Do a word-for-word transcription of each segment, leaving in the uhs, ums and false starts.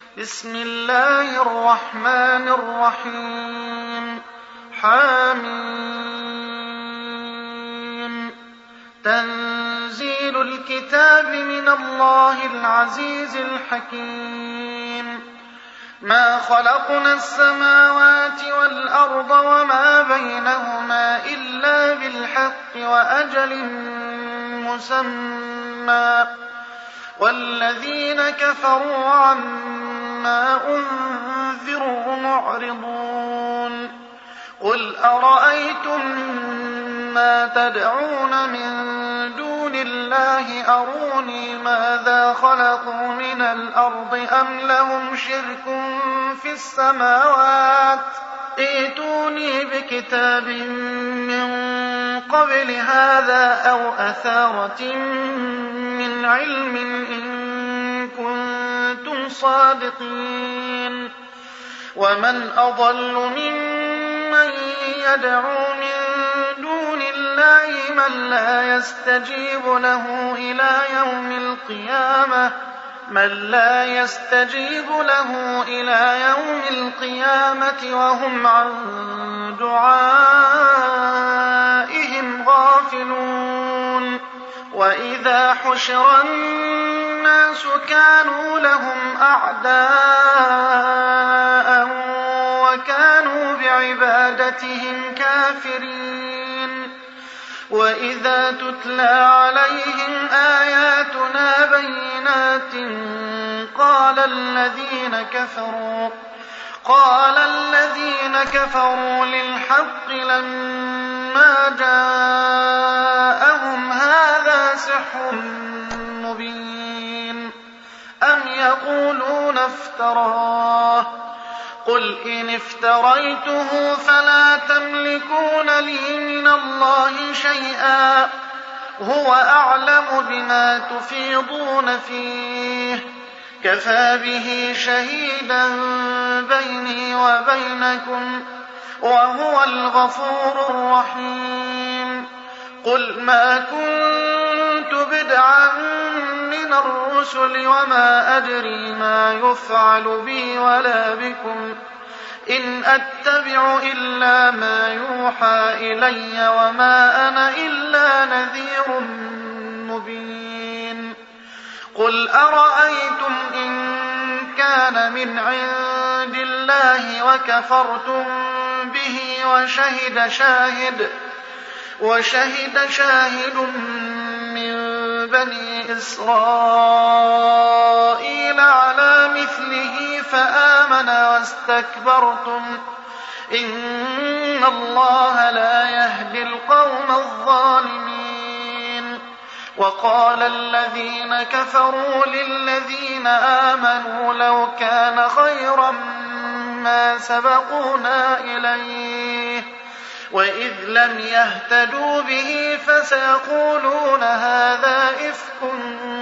بسم الله الرحمن الرحيم. حميم. تنزيل الكتاب من الله العزيز الحكيم. ما خلقنا السماوات والأرض وما بينهما إلا بالحق وأجل مسمى، والذين كفروا عما أنذروا معرضون. قل أرأيتم ما تدعون من دون الله أروني ماذا خلقوا من الأرض أم لهم شرك في السماوات ائتوني بكتاب من قبل هذا أو أثارة من علم إن كنتم صادقين. ومن أضل ممن يدعو من دون الله من لا يستجيب له إلى يوم القيامة من لا يستجيب له إلى يوم القيامة وهم عن دعائهم غافلون. وإذا حشر الناس كانوا لهم أعداء وكانوا بعبادتهم كافرين. وإذا تتلى عليهم آياتنا بينات قال الذين كفروا قال الذين كفروا للحق لما جاءهم هذا سحر مبين أم يقولون افتراه قل إن افتريته فلا تملكون لي من الله شيئا هو أعلم بما تفيضون فيه كفى به شهيدا بيني وبينكم وهو الغفور الرحيم. قل ما كنت بدعا من الرسل وما أدري ما يفعل بي ولا بكم إن أتبع إلا ما يوحى إلي وما أنا إلا نذير مبين. قل أرأيتم إن كان من عند الله وكفرتم به وشهد شاهد وشهد شاهد من بني إسرائيل على مثله فآمن واستكبرتم إن الله لا يهدي القوم الظالمين. وقال الذين كفروا للذين آمنوا لو كان خيرا ما سبقونا إليه وإذ لم يهتدوا به فسيقولون هذا إفك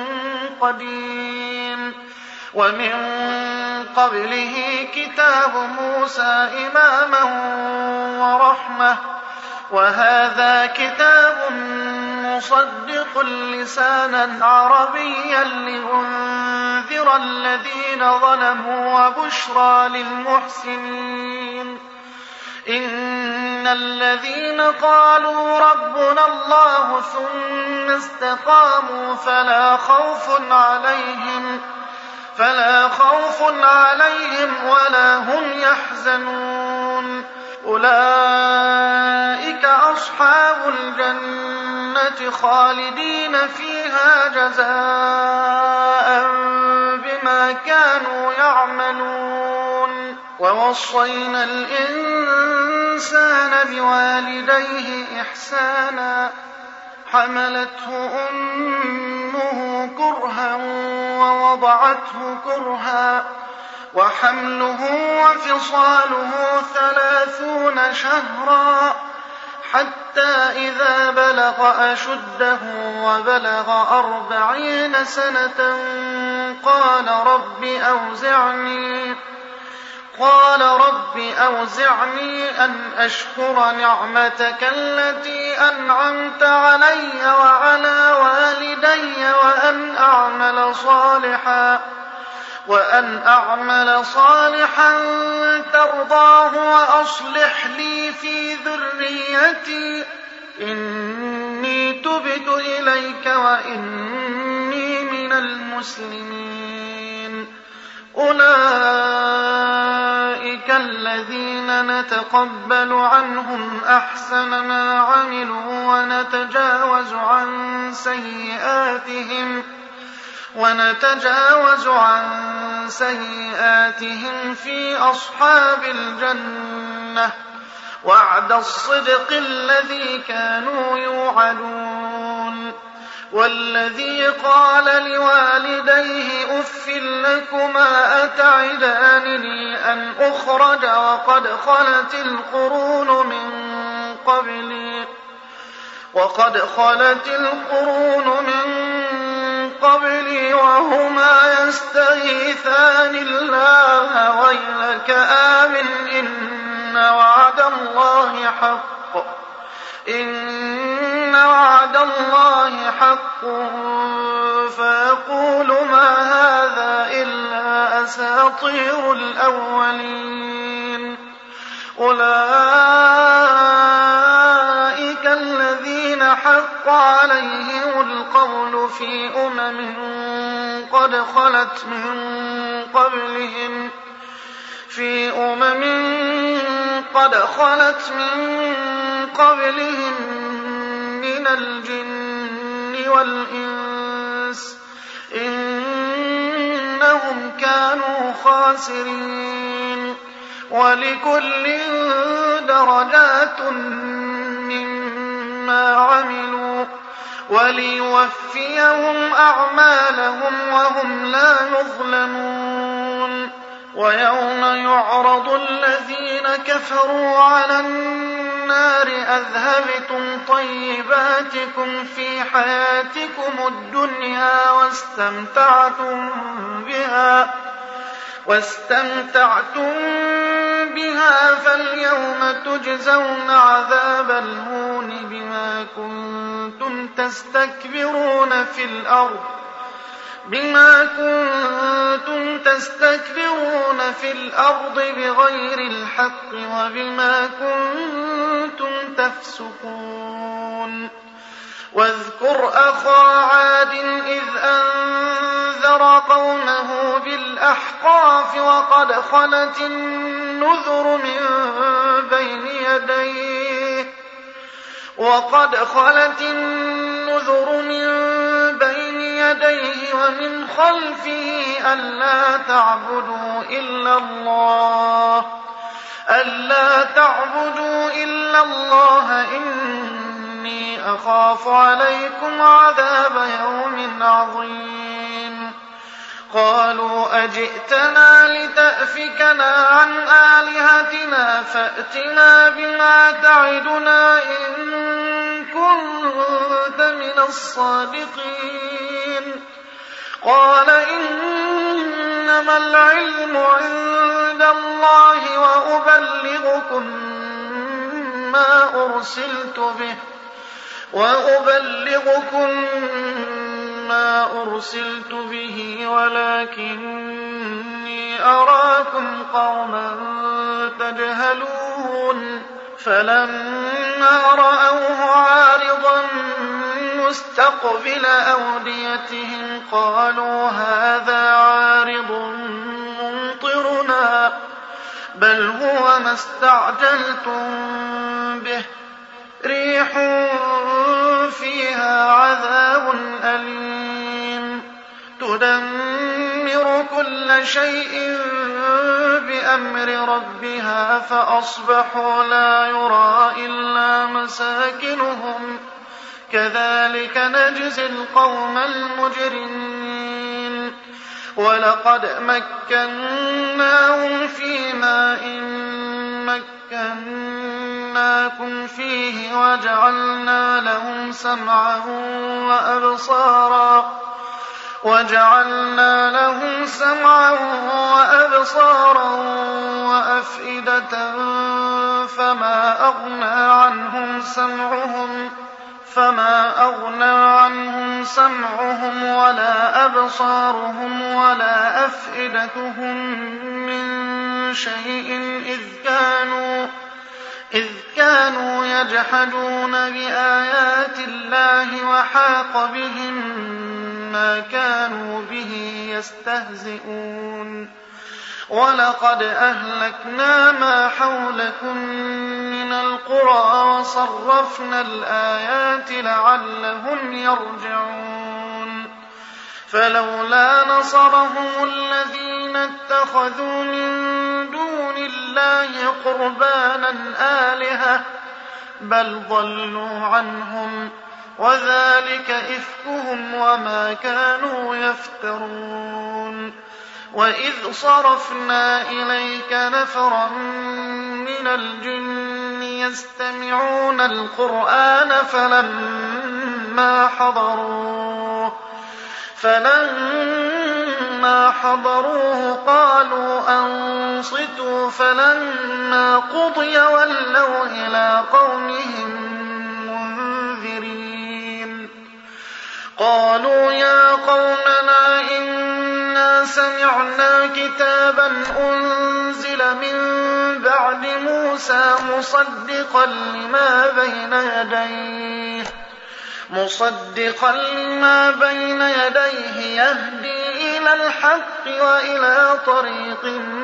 قديم. ومن قبله كتاب موسى إماما ورحمة وهذا كتاب مصدق لسانا عربيا لينذر الذين ظلموا وبشرى للمحسنين. إن الذين قالوا ربنا الله ثم استقاموا فلا خوف عليهم فلا خوف عليهم ولا هم يحزنون. أولئك أصحاب الجنة خالدين فيها جزاء بما كانوا يعملون. ووصينا الإنسان بوالديه إحسانا حملته أمه كرها ووضعته كرها وحمله وفصاله ثلاثون شهرا حتى إذا بلغ أشده وبلغ أربعين سنة قال رب أوزعني قال رب أوزعني أن أشكر نعمتك التي أنعمت علي وعلى والدي وأن أعمل صالحا وأن أعمل صالحا ترضاه وأصلح لي في ذريتي إني تبت إليك وإني من المسلمين. أولئك الذين نتقبل عنهم أحسن ما عملوا ونتجاوز عن سيئاتهم ونتجاوز عن سيئاتهم في أصحاب الجنة وعد الصدق الذي كانوا يوعدون. والذي قال لوالديه أف لكما أتعدانني أن أخرج وقد خلت القرون من قبلي وقد خلت القرون من قبلي وهما يستغيثان الله ويلك آمن إن وعد الله حق إن وعد الله حق فيقول ما هذا إلا أساطير الأولين. أولئك الذين حق عليهم القول في أمم قد خلت من قبلهم في أمم قد خلت من قبلهم من الجن والإنس إنهم كانوا خاسرين. ولكل درجات مما عملوا وليوفيهم أعمالهم وهم لا يظلمون. ويوم يعرض الذين كفروا على النار أذهبتم طيباتكم في حياتكم الدنيا واستمتعتم بها واستمتعتم بها فاليوم تجزون عذاب الهون بما كنتم تستكبرون في الأرض بما كنتم تستكبرون في الأرض بغير الحق وبما كنتم تفسقون. واذكر أخا عاد إذ أنذر قومه بالأحقاف وقد خلت النذر من بين يديه وقد خلت النذر من بين يديه ومن خلفه ألا تعبدوا إلا الله ألا تعبدوا إلا الله إني أخاف عليكم عذاب يوم عظيم. قالوا أجئتنا لتأفكنا عن آلهتنا فأتنا بما تعدنا إن كنت من الصادقين. قال إنما العلم عند الله وأبلغكم ما أرسلت به وأبلغكم ما أرسلت به ولكني أراكم قوما تجهلون. فلما رأوه عارضا مستقبل أوديتهم قالوا هذا عارض ممطرنا بل هو ما استعجلتم به ريح فيها عذاب أليم تدمر كل شيء بأمر ربها فأصبحوا لا يرى إلا مساكنهم كذلك نجزي القوم المجرمين. ولقد مكناهم في ماء مكناكم فيه وجعلنا لهم سمعا وأبصارا وجعلنا لهم سمعا وأبصارا وأفئدة فما أغنى عنهم سمعهم فما أغنى عنهم سمعهم ولا أبصارهم ولا أفئدتهم من شيء إذ كانوا, إذ كانوا يجحدون بآيات الله وحاق بهم ما كانوا به يستهزئون. ولقد أهلكنا ما حولكم من القرى وصرفنا الآيات لعلهم يرجعون. فلولا نصرهم الذين اتخذوا من دون الله قربانا آلهة بل ضلوا عنهم وذلك إفكهم وما كانوا يفترون. وإذ صرفنا إليك نفرا من الجن يستمعون القرآن فلما حضروه فلما حضروه قالوا أنصتوا فلما قضي ولوا إلى قومهم منذرين. قالوا يا قومنا إنا سمعنا كتابا أنزل من بعد موسى مصدقا لما بين يديه مصدقا لما بين يديه يهدي إلى الحق وإلى طريق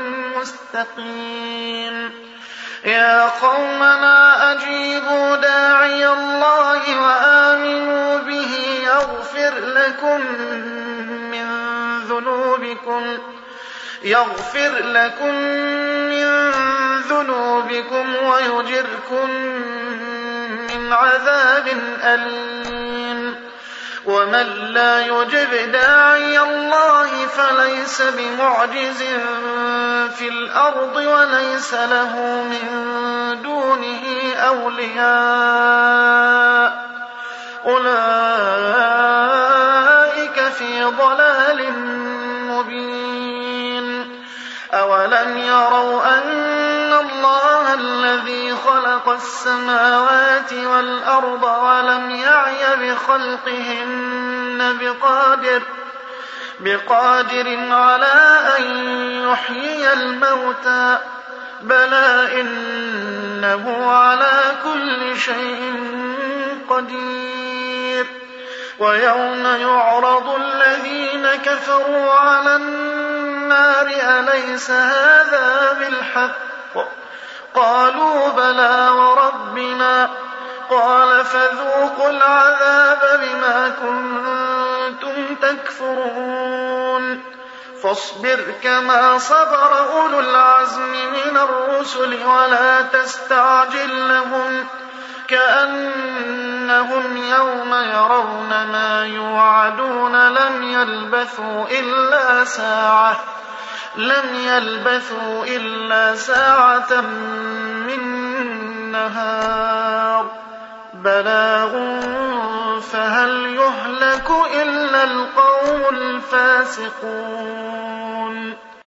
مستقيم. يا قومنا أجيبوا داعي الله وآمنوا به يغفر لكم من ذنوبكم يغفر لكم من ذنوبكم ويجركم من عذاب أليم. ومن لا يجب داعي الله فليس بمعجز في الأرض وليس له من دونه أولياء أولئك في ضلال مبين. أولم يروا أن الله الذي خلق السماوات والأرض ولم يعي بخلقهن بقادر بقادر على أن يحيي الموتى بلى إنه على كل شيء قدير. ويوم يعرض الذين كفروا على النار أليس هذا بالحق قالوا بلى وربنا قال فذوقوا العذاب بما كنتم تكفرون. فاصبر كما صبر أولو العزم من الرسل ولا تستعجل لهم كأنهم يوم يرون ما يوعدون لم يلبثوا إلا ساعة لم يلبثوا إلا ساعة من نهار بلاغ فهل يهلك إلا القوم الفاسقون.